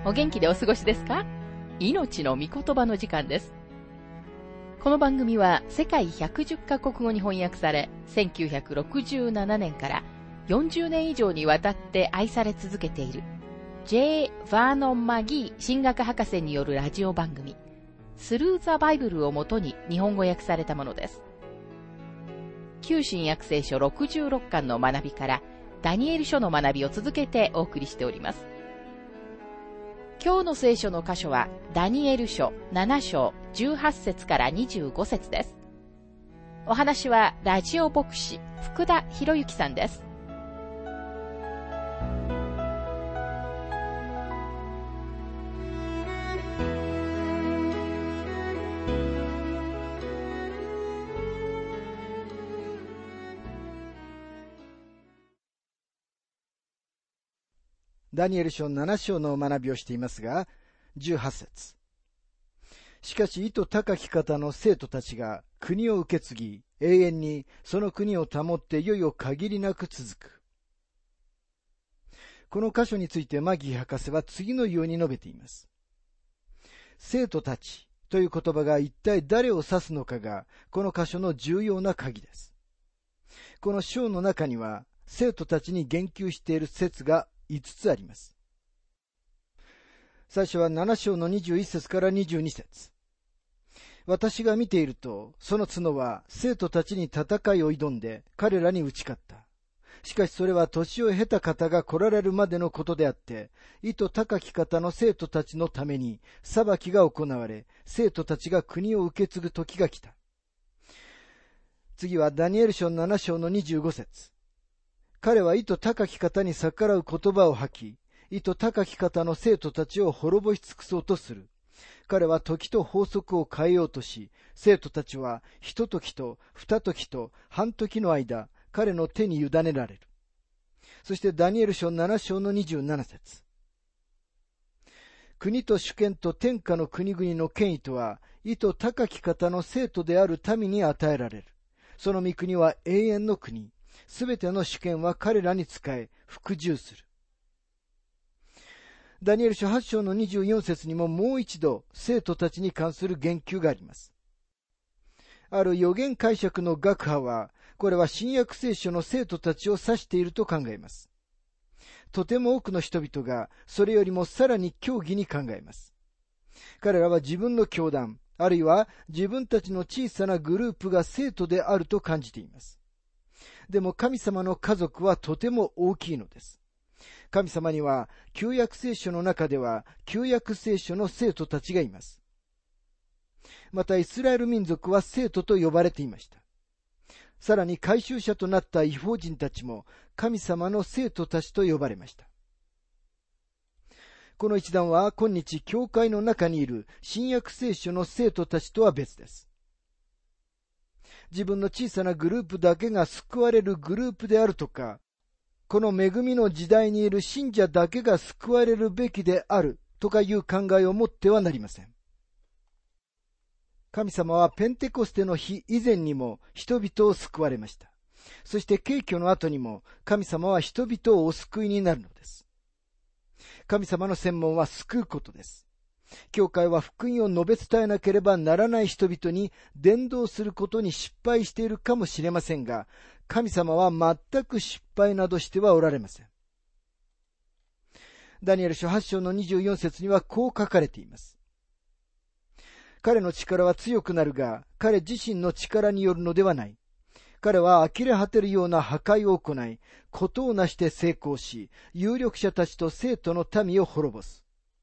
お元気でお過ごしですか？命の御言葉の時間です。この番組は世界110カ国語に翻訳され、1967年から40年以上にわたって愛され続けている J. バーノン・マギー神学博士によるラジオ番組スルー・ザ・バイブルをもとに日本語訳されたものです。旧新約聖書66巻の学びからダニエル書の学びを続けてお送りしております。今日の聖書の箇所はダニエル書7章18節から25節です。お話はラジオ牧師福田博之さんです。 ダニエル書7章の学びをしていますが、18節。しかし意図高き方の生徒たちが国を受け継ぎ、永遠にその国を保っていよいよ限りなく続く。この箇所についてマギー博士は次のように述べています。生徒たちという言葉が一体誰を指すのかが、この箇所の重要な鍵です。この章の中には、生徒たちに言及している説が5つあります。最初は7章の21節から22節。私が見ていると、その角は生徒たちに戦いを挑んで彼らに打ち勝った。しかしそれは年を経た方が来られるまでのことであって、意図高き方の生徒たちのために裁きが行われ、生徒たちが国を受け継ぐ時が来た。次はダニエル書7章の25節。彼は意図高き方に逆らう言葉を吐き、意図高き方の生徒たちを滅ぼし尽くそうとする。彼は時と法則を変えようとし、生徒たちは一時と二時と半時の間、彼の手に委ねられる。そしてダニエル書7章の27節。国と主権と天下の国々の権威とは、意図高き方の生徒である民に与えられる。その御国は永遠の国。すべての主権は彼らに仕え、服従する。ダニエル書8章の24節にももう一度生徒たちに関する言及があります。ある預言解釈の学派は、これは新約聖書の生徒たちを指していると考えます。とても多くの人々がそれよりもさらに教義に考えます。彼らは自分の教団、あるいは自分たちの小さなグループが生徒であると感じています。でも神様の家族はとても大きいのです。神様には旧約聖書の中では旧約聖書の生徒たちがいます。またイスラエル民族は生徒と呼ばれていました。さらに改宗者となった異邦人たちも神様の生徒たちと呼ばれました。この一段は今日教会の中にいる新約聖書の生徒たちとは別です。自分の小さなグループだけが救われるグループであるとか、この恵みの時代にいる信者だけが救われるべきであるとかいう考えを持ってはなりません。神様はペンテコステの日以前にも人々を救われました。そして景挙の後にも神様は人々をお救いになるのです。神様の専門は救うことです。教会は福音を述べ伝えなければならない人々に伝道することに失敗しているかもしれませんが、神様は全く失敗などしてはおられません。ダニエル書8章の24節にはこう書かれています。彼の力は強くなるが、彼自身の力によるのではない。彼は呆れ果てるような破壊を行い、事をなして成功し、有力者たちと生徒の民を滅ぼす。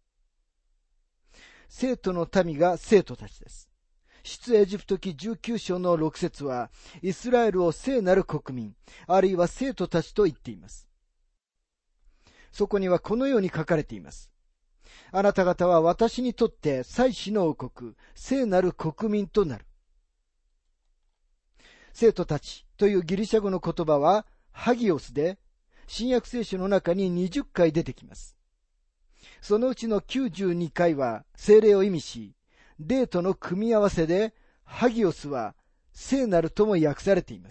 生徒の民が生徒たちです。出エジプト記19章の6節は、イスラエルを聖なる国民、あるいは生徒たちと言っています。そこにはこのように書かれています。あなた方は私にとって祭司の王国、聖なる国民となる。生徒たちというギリシャ語の言葉は、ハギオスで、新約聖書の中に20回出てきます。そのうちの92回は聖霊を意味し、霊との組み合わせで、ハギオスは聖なるとも訳されています。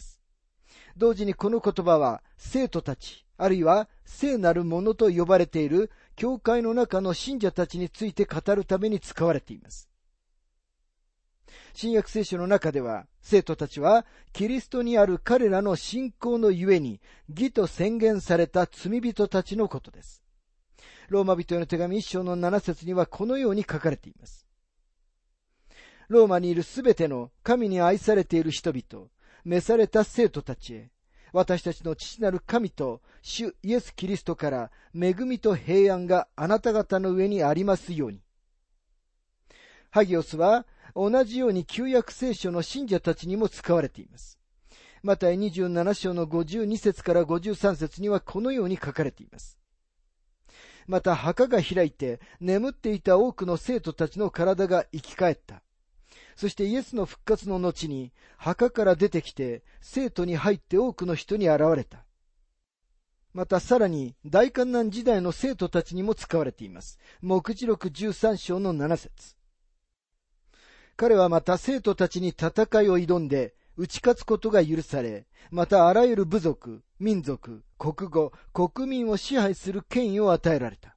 同時にこの言葉は生徒たち、あるいは聖なるものと呼ばれている教会の中の信者たちについて語るために使われています。新約聖書の中では、生徒たちはキリストにある彼らの信仰のゆえに義と宣言された罪人たちのことです。ローマ人への手紙1章の7節にはこのように書かれています。ローマにいるすべての神に愛されている人々、召された生徒たちへ、私たちの父なる神と主イエス・キリストから恵みと平安があなた方の上にありますように。ハギオスは同じように旧約聖書の信者たちにも使われています。マタイ27章の52節から53節にはこのように書かれています。また墓が開いて眠っていた多くの生徒たちの体が生き返った。そしてイエスの復活の後に墓から出てきて生徒に入って多くの人に現れた。またさらに大観難時代の生徒たちにも使われています。黙示録13章の7節。彼はまた生徒たちに戦いを挑んで打ち勝つことが許され、またあらゆる部族、民族、国語、国民を支配する権威を与えられた。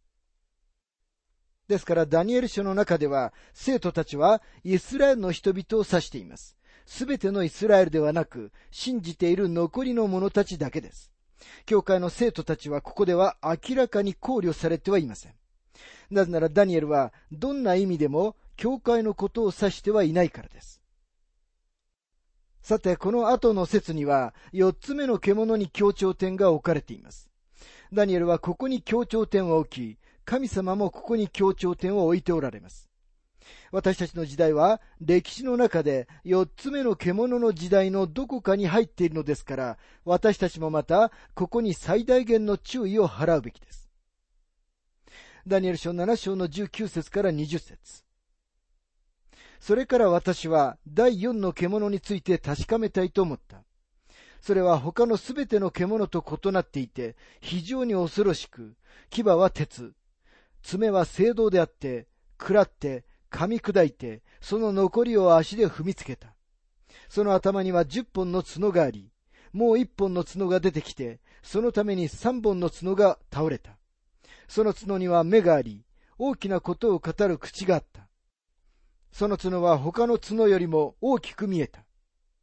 ですからダニエル書の中では生徒たちはイスラエルの人々を指しています。すべてのイスラエルではなく信じている残りの者たちだけです。教会の生徒たちはここでは明らかに考慮されてはいません。なぜならダニエルはどんな意味でも教会のことを指してはいないからです。さて、この後の説には4つ目の獣に強調点が置かれています。ダニエルはここに強調点を置き、神様もここに強調点を置いておられます。私たちの時代は歴史の中で4つ目の獣の時代のどこかに入っているのですから、私たちもまたここに最大限の注意を払うべきです。ダニエル書7章の19節から20節。それから私は第4の獣について確かめたいと思った。それは他のすべての獣と異なっていて、非常に恐ろしく、牙は鉄、爪は青銅であって、食らって、噛み砕いて、その残りを足で踏みつけた。その頭には10本の角があり、もう1本の角が出てきて、そのために3本の角が倒れた。その角には目があり、大きなことを語る口があった。その角は他の角よりも大きく見えた。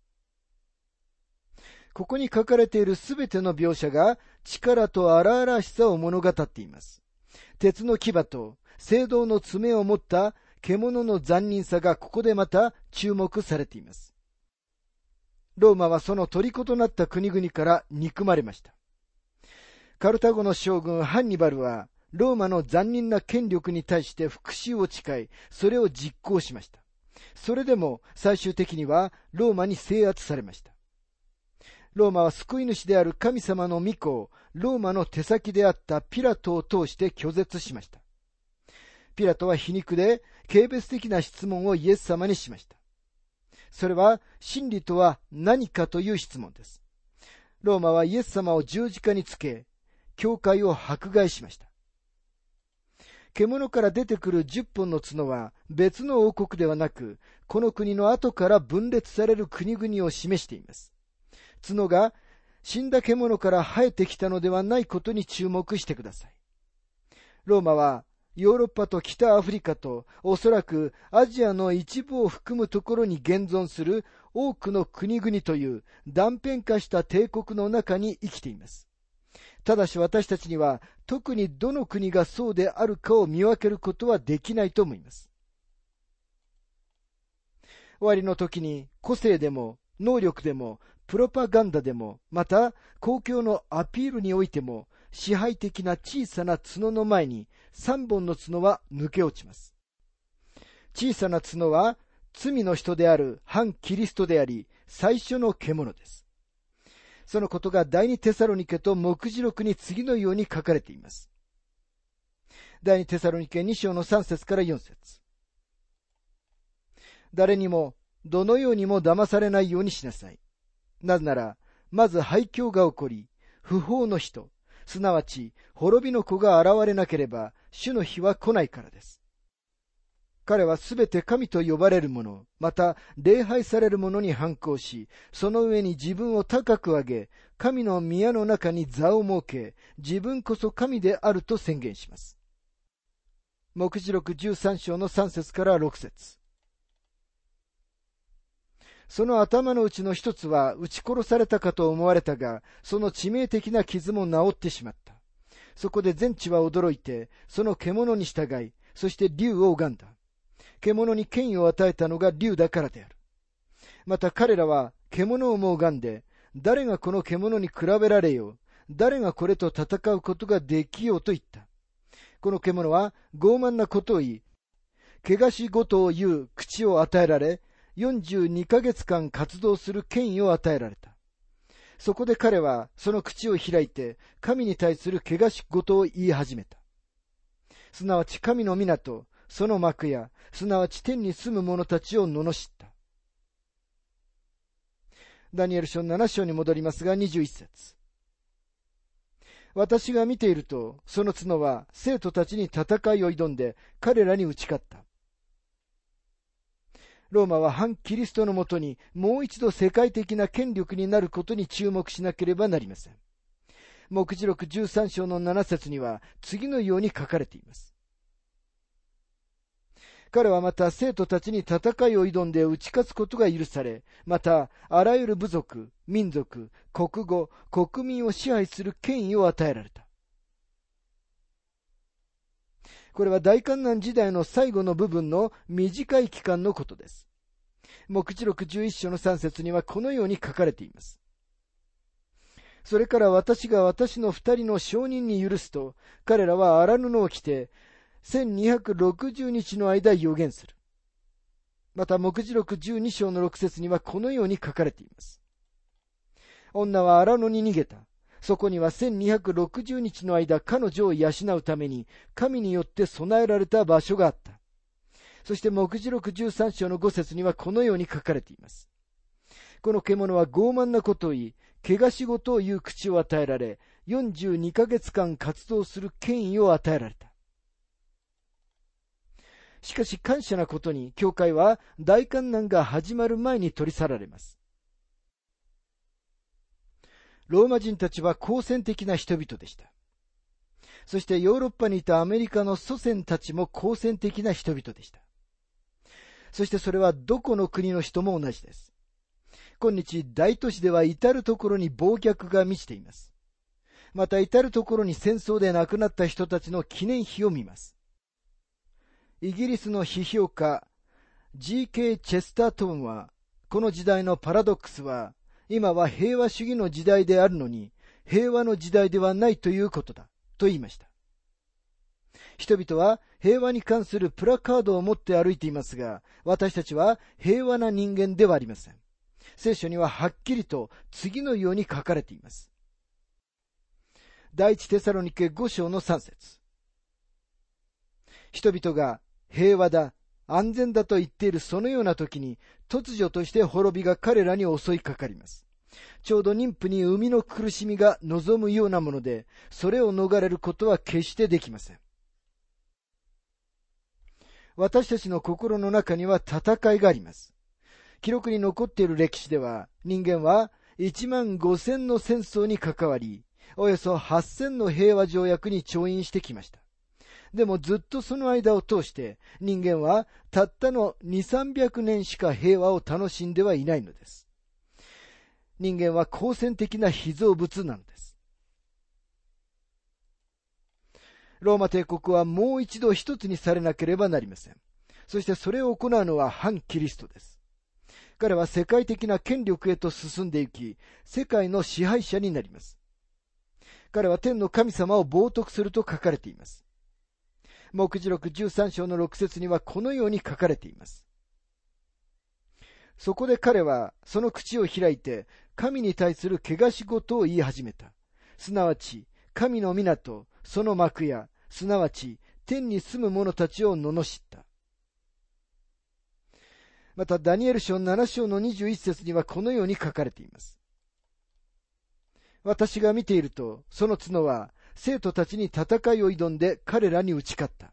ここに書かれているすべての描写が力と荒々しさを物語っています。鉄の牙と青銅の爪を持った獣の残忍さがここでまた注目されています。ローマはその虜となった国々から憎まれました。カルタゴの将軍ハンニバルはローマの残忍な権力に対して復讐を誓い、それを実行しました。それでも最終的にはローマに制圧されました。ローマは救い主である神様の御子をローマの手先であったピラトを通して拒絶しました。ピラトは皮肉で軽蔑的な質問をイエス様にしました。それは真理とは何かという質問です。ローマはイエス様を十字架につけ、教会を迫害しました。獣から出てくる10本の角は別の王国ではなく、この国の後から分裂される国々を示しています。角が死んだ獣から生えてきたのではないことに注目してください。ローマはヨーロッパと北アフリカとおそらくアジアの一部を含むところに現存する多くの国々という断片化した帝国の中に生きています。ただし私たちには特にどの国がそうであるかを見分けることはできないと思います。終わりの時に個性でも能力でもプロパガンダでもまた公共のアピールにおいても支配的な小さな角の前に3本の角は抜け落ちます。小さな角は罪の人である反キリストであり最初の獣です。そのことが第二テサロニケと黙示録に次のように書かれています。第二テサロニケ2章の3節から4節。誰にもどのようにも騙されないようにしなさい。なぜなら、まず廃墟が起こり、不法の人、すなわち滅びの子が現れなければ、主の日は来ないからです。彼はすべて神と呼ばれる者、また礼拝される者に反抗し、その上に自分を高く上げ、神の宮の中に座を設け、自分こそ神であると宣言します。 黙示録13章の3節から6節。その頭のうちの一つは撃ち殺されたかと思われたが、その致命的な傷も治ってしまった。そこで全地は驚いて、その獣に従い、そして竜を拝んだ。獣に権威を与えたのが竜だからである。また彼らは獣をも拝んで、誰がこの獣に比べられよう、誰がこれと戦うことができようと言った。この獣は傲慢なことを言い、汚し事を言う口を与えられ、42ヶ月間活動する権威を与えられた。そこで彼はその口を開いて神に対する汚し事を言い始めた。すなわち神の御とその幕や、すなわち天に住む者たちを罵った。ダニエル書7章に戻りますが21節。私が見ていると、その角は生徒たちに戦いを挑んで彼らに打ち勝った。ローマは反キリストのもとにもう一度世界的な権力になることに注目しなければなりません。黙示録13章の7節には次のように書かれています。彼はまた生徒たちに戦いを挑んで打ち勝つことが許され、またあらゆる部族、民族、国語、国民を支配する権威を与えられた。これは大観難時代の最後の部分の短い期間のことです。黙示録11章の3節にはこのように書かれています。それから私が私の2人の証人に許すと、彼らは荒布を着て、1260日の間預言する。また黙示録12章の6節にはこのように書かれています。女は荒野に逃げた。そこには1260日の間彼女を養うために神によって備えられた場所があった。そして黙示録13章の5節にはこのように書かれています。この獣は傲慢なことを言い、汚し事を言う口を与えられ、42ヶ月間活動する権威を与えられた。しかし感謝なことに、教会は大観難が始まる前に取り去られます。ローマ人たちは好戦的な人々でした。そしてヨーロッパにいたアメリカの祖先たちも好戦的な人々でした。そしてそれはどこの国の人も同じです。今日大都市では至るところに暴虐が満ちています。また至るところに戦争で亡くなった人たちの記念碑を見ます。イギリスの批評家 G.K. チェスタートンは、この時代のパラドックスは、今は平和主義の時代であるのに、平和の時代ではないということだ、と言いました。人々は平和に関するプラカードを持って歩いていますが、私たちは平和な人間ではありません。聖書にははっきりと次のように書かれています。第一テサロニケ5章の3節。人々が平和だ、安全だと言っているそのような時に、突如として滅びが彼らに襲いかかります。ちょうど妊婦に生みの苦しみが望むようなもので、それを逃れることは決してできません。私たちの心の中には戦いがあります。記録に残っている歴史では、人間は15000の戦争に関わり、およそ8000の平和条約に調印してきました。でもずっとその間を通して人間はたったの2、300年しか平和を楽しんではいないのです。人間は好戦的な被造物なのです。ローマ帝国はもう一度一つにされなければなりません。そしてそれを行うのは反キリストです。彼は世界的な権力へと進んでいき、世界の支配者になります。彼は天の神様を冒涜すると書かれています。黙示録13章の6節にはこのように書かれています。そこで彼はその口を開いて神に対する汚し事を言い始めた。すなわち神の御とその幕や、すなわち天に住む者たちを罵った。またダニエル書7章の21節にはこのように書かれています。私が見ていると、その角は生徒たちに戦いを挑んで彼らに打ち勝った。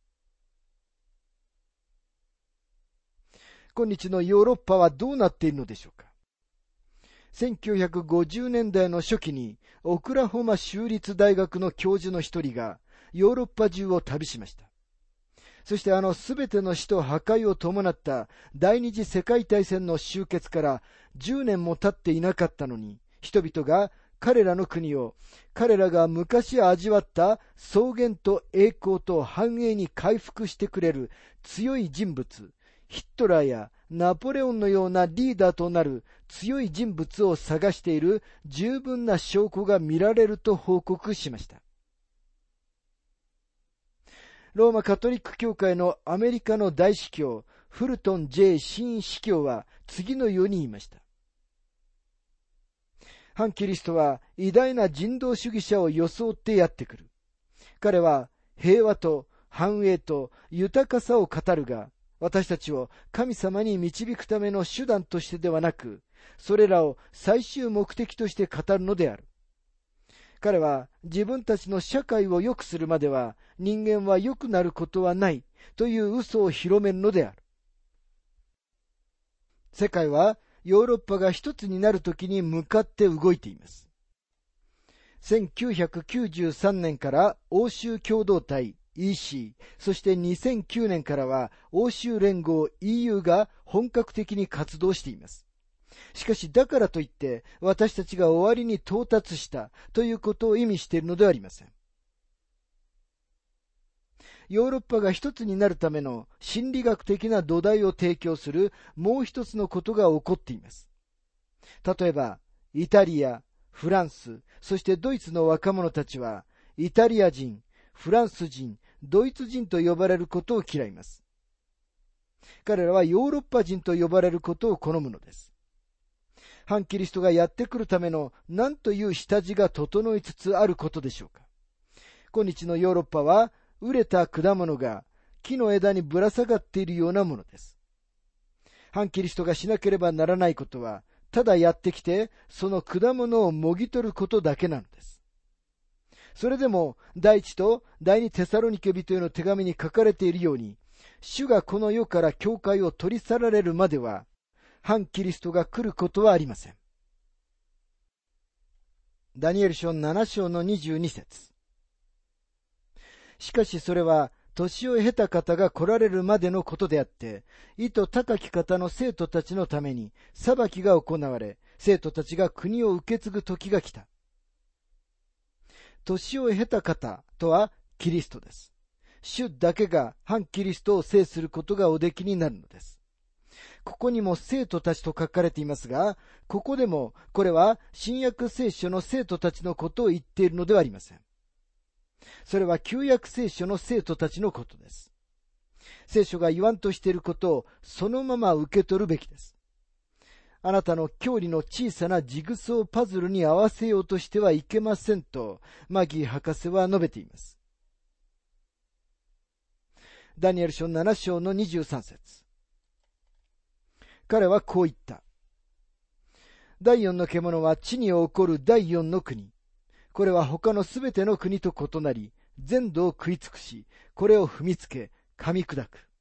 今日のヨーロッパはどうなっているのでしょうか。1950年代の初期にオクラホマ州立大学の教授の一人がヨーロッパ中を旅しました。 そしてすべての死と破壊を伴った第二次世界大戦の終結から10年も経っていなかったのに、人々が彼らの国を彼らが昔味わった草原と栄光と繁栄に回復してくれる強い人物、ヒットラーやナポレオンのようなリーダーとなる強い人物を探している十分な証拠が見られると報告しました。ローマカトリック教会のアメリカの大司教フルトン J. 新司教は次のように言いました。反キリストは偉大な人道主義者を装ってやってくる。彼は平和と繁栄と豊かさを語るが、私たちを神様に導くための手段としてではなく、それらを最終目的として語るのである。彼は自分たちの社会を良くするまでは人間は良くなることはないという嘘を広めるのである。世界はヨーロッパが一つになるときに向かって動いています。1993年から欧州共同体 EC、そして2009年からは欧州連合 EU が本格的に活動しています。しかしだからといって私たちが終わりに到達したということを意味しているのではありません。ヨーロッパが一つになるための心理学的な土台を提供するもう一つのことが起こっています。例えばイタリア、フランス、そしてドイツの若者たちはイタリア人、フランス人、ドイツ人と呼ばれることを嫌います。彼らはヨーロッパ人と呼ばれることを好むのです。反キリストがやってくるための何という下地が整いつつあることでしょうか。今日のヨーロッパは熟れた果物が木の枝にぶら下がっているようなものです。反キリストがしなければならないことは、ただやってきてその果物をもぎ取ることだけなのです。それでも第一と第二テサロニケ人への手紙に書かれているように、主がこの世から教会を取り去られるまでは反キリストが来ることはありません。ダニエル書7章の22節。しかしそれは年を経た方が来られるまでのことであって、意図高き方の生徒たちのために裁きが行われ、生徒たちが国を受け継ぐ時が来た。年を経た方とはキリストです。主だけが反キリストを制することがおできになるのです。ここにも生徒たちと書かれていますが、ここでもこれは新約聖書の生徒たちのことを言っているのではありません。それは旧約聖書の生徒たちのことです。聖書が言わんとしていることをそのまま受け取るべきです。あなたの教理の小さなジグソーパズルに合わせようとしてはいけませんとマギー博士は述べています。ダニエル書7章の23節。彼はこう言った。第四の獣は地に起こる第四の国。これは他のすべての国と異なり、全土を食い尽くし、これを踏みつけ、噛み砕く。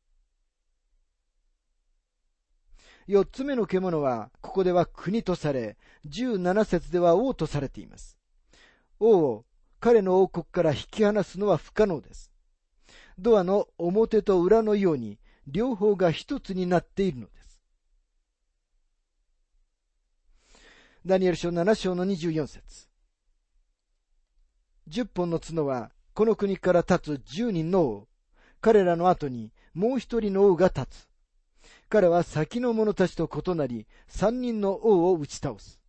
四つ目の獣は、ここでは国とされ、17節では王とされています。王を彼の王国から引き離すのは不可能です。ドアの表と裏のように、両方が一つになっているのです。ダニエル書7章の24節。10本の角はこの国から立つ10人の王。彼らの後にもう一人の王が立つ。彼は先の者たちと異なり、3人の王を打ち倒す。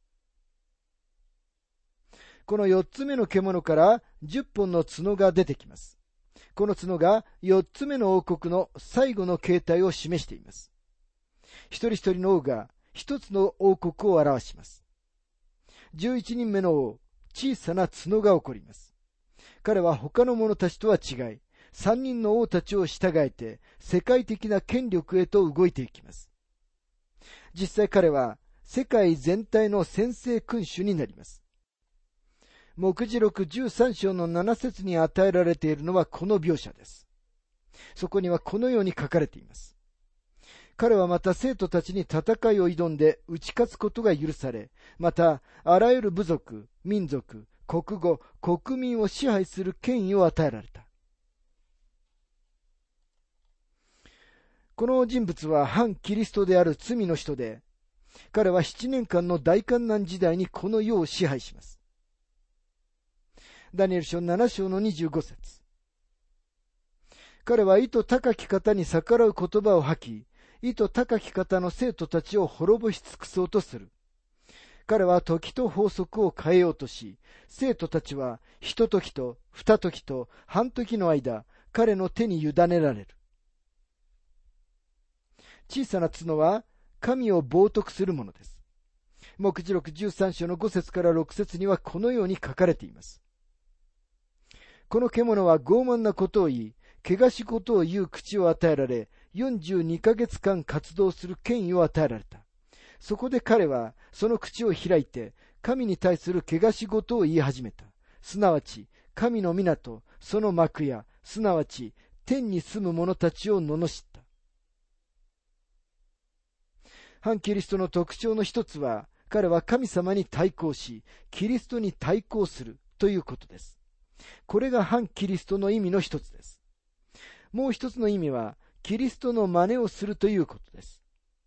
この4つ目の獣から10本の角が出てきます。この角が4つ目の王国の最後の形態を示しています。一人一人の王が一つの王国を表します。11人目の王、小さな角が起こります。彼は他の者たちとは違い、3人の王たちを従えて世界的な権力へと動いていきます。実際彼は世界全体の専制君主になります。目次録13章の7節に与えられているのはこの描写です。そこにはこのように書かれています。彼はまた生徒たちに戦いを挑んで打ち勝つことが許され、またあらゆる部族、民族、国語、国民を支配する権威を与えられた。 この人物は反キリストである罪の人で、彼は7年間の大患難時代にこの世を支配します。ダニエル書7章の25節。彼は意図高き方に逆らう言葉を吐き、意図高き方の生徒たちを滅ぼし尽くそうとする。彼は時と法則を変えようとし、生徒たちは一時と二時と半時の間、彼の手に委ねられる。小さな角は神を冒涜するものです。黙示録13章の5節から6節にはこのように書かれています。この獣は傲慢なことを言い、汚し事を言う口を与えられ、42ヶ月間活動する権威を与えられた。そこで彼はその口を開いて、神に対する汚し事を言い始めた。すなわち、神の御とその幕や、すなわち、天に住む者たちを罵った。反キリストの特徴の一つは、彼は神様に対抗し、キリストに対抗するということです。これが反キリストの意味の一つです。もう一つの意味は、キリストの真似をするということです。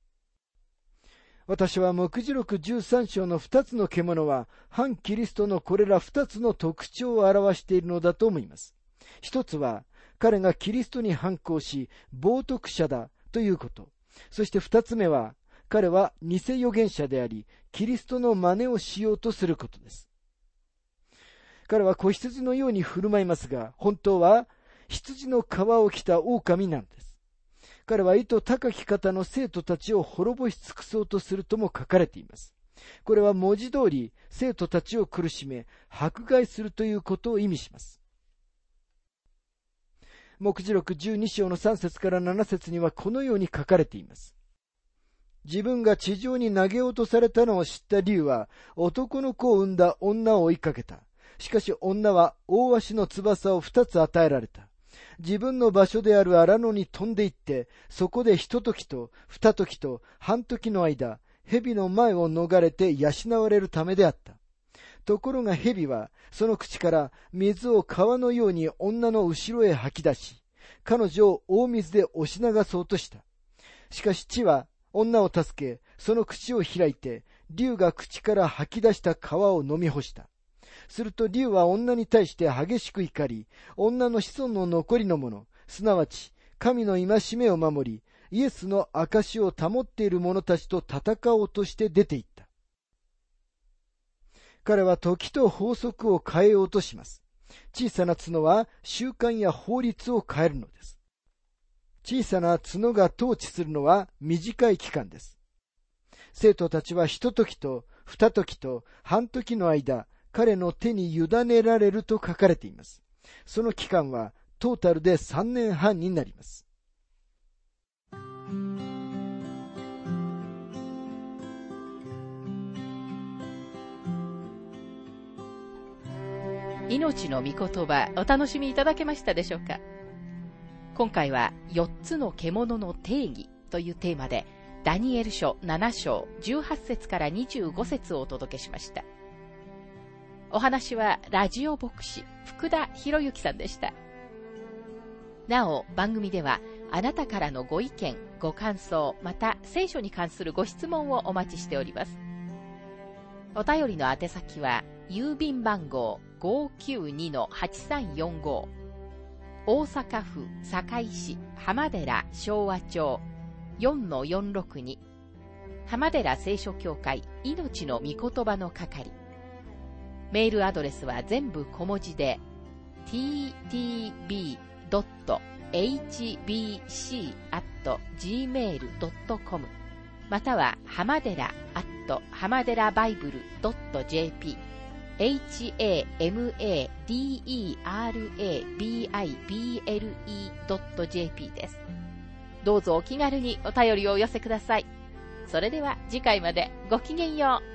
私は黙示録13章の2つの獣は、反キリストのこれら2つの特徴を表しているのだと思います。一つは、彼がキリストに反抗し、冒涜者だということ。そして二つ目は、彼は偽預言者であり、キリストの真似をしようとすることです。彼は子羊のように振る舞いますが、本当は羊の皮を着た狼なのです。彼は意図高き方の生徒たちを滅ぼし尽くそうとするとも書かれています。これは文字通り生徒たちを苦しめ、迫害するということを意味します。黙示録12章の3節から7節にはこのように書かれています。自分が地上に投げ落とされたのを知った竜は、男の子を産んだ女を追いかけた。しかし女は大鷲の翼を2つ与えられた。自分の場所である荒野に飛んで行って、そこで一時と二時と半時の間、蛇の前を逃れて養われるためであった。ところが蛇は、その口から水を川のように女の後ろへ吐き出し、彼女を大水で押し流そうとした。しかし地は女を助け、その口を開いて、竜が口から吐き出した川を飲み干した。すると竜は女に対して激しく怒り、女の子孫の残りのもの、すなわち神の戒めを守り、イエスの証を保っている者たちと戦おうとして出て行った。彼は時と法則を変えようとします。小さな角は習慣や法律を変えるのです。小さな角が統治するのは短い期間です。生徒たちは一時と二時と半時の間、彼の手に委ねられると書かれています。その期間はトータルで3年半になります。 命の御言葉、お楽しみいただけましたでしょうか。今回は4つの獣の定義というテーマで、ダニエル書7章18節から25節をお届けしました。お話はラジオ牧師福田博之さんでした。なお、番組ではあなたからのご意見、ご感想、また聖書に関するご質問をお待ちしております。お便りの宛先は郵便番号 592-8345 大阪府堺市浜寺昭和町 4-462 浜寺聖書協会命の御言葉の係。メールアドレスは全部小文字で ttb.hbc@gmail.com または浜寺@hamaderabible.jp hamaderabible.jp です。どうぞお気軽にお便りをお寄せください。それでは次回までごきげんよう。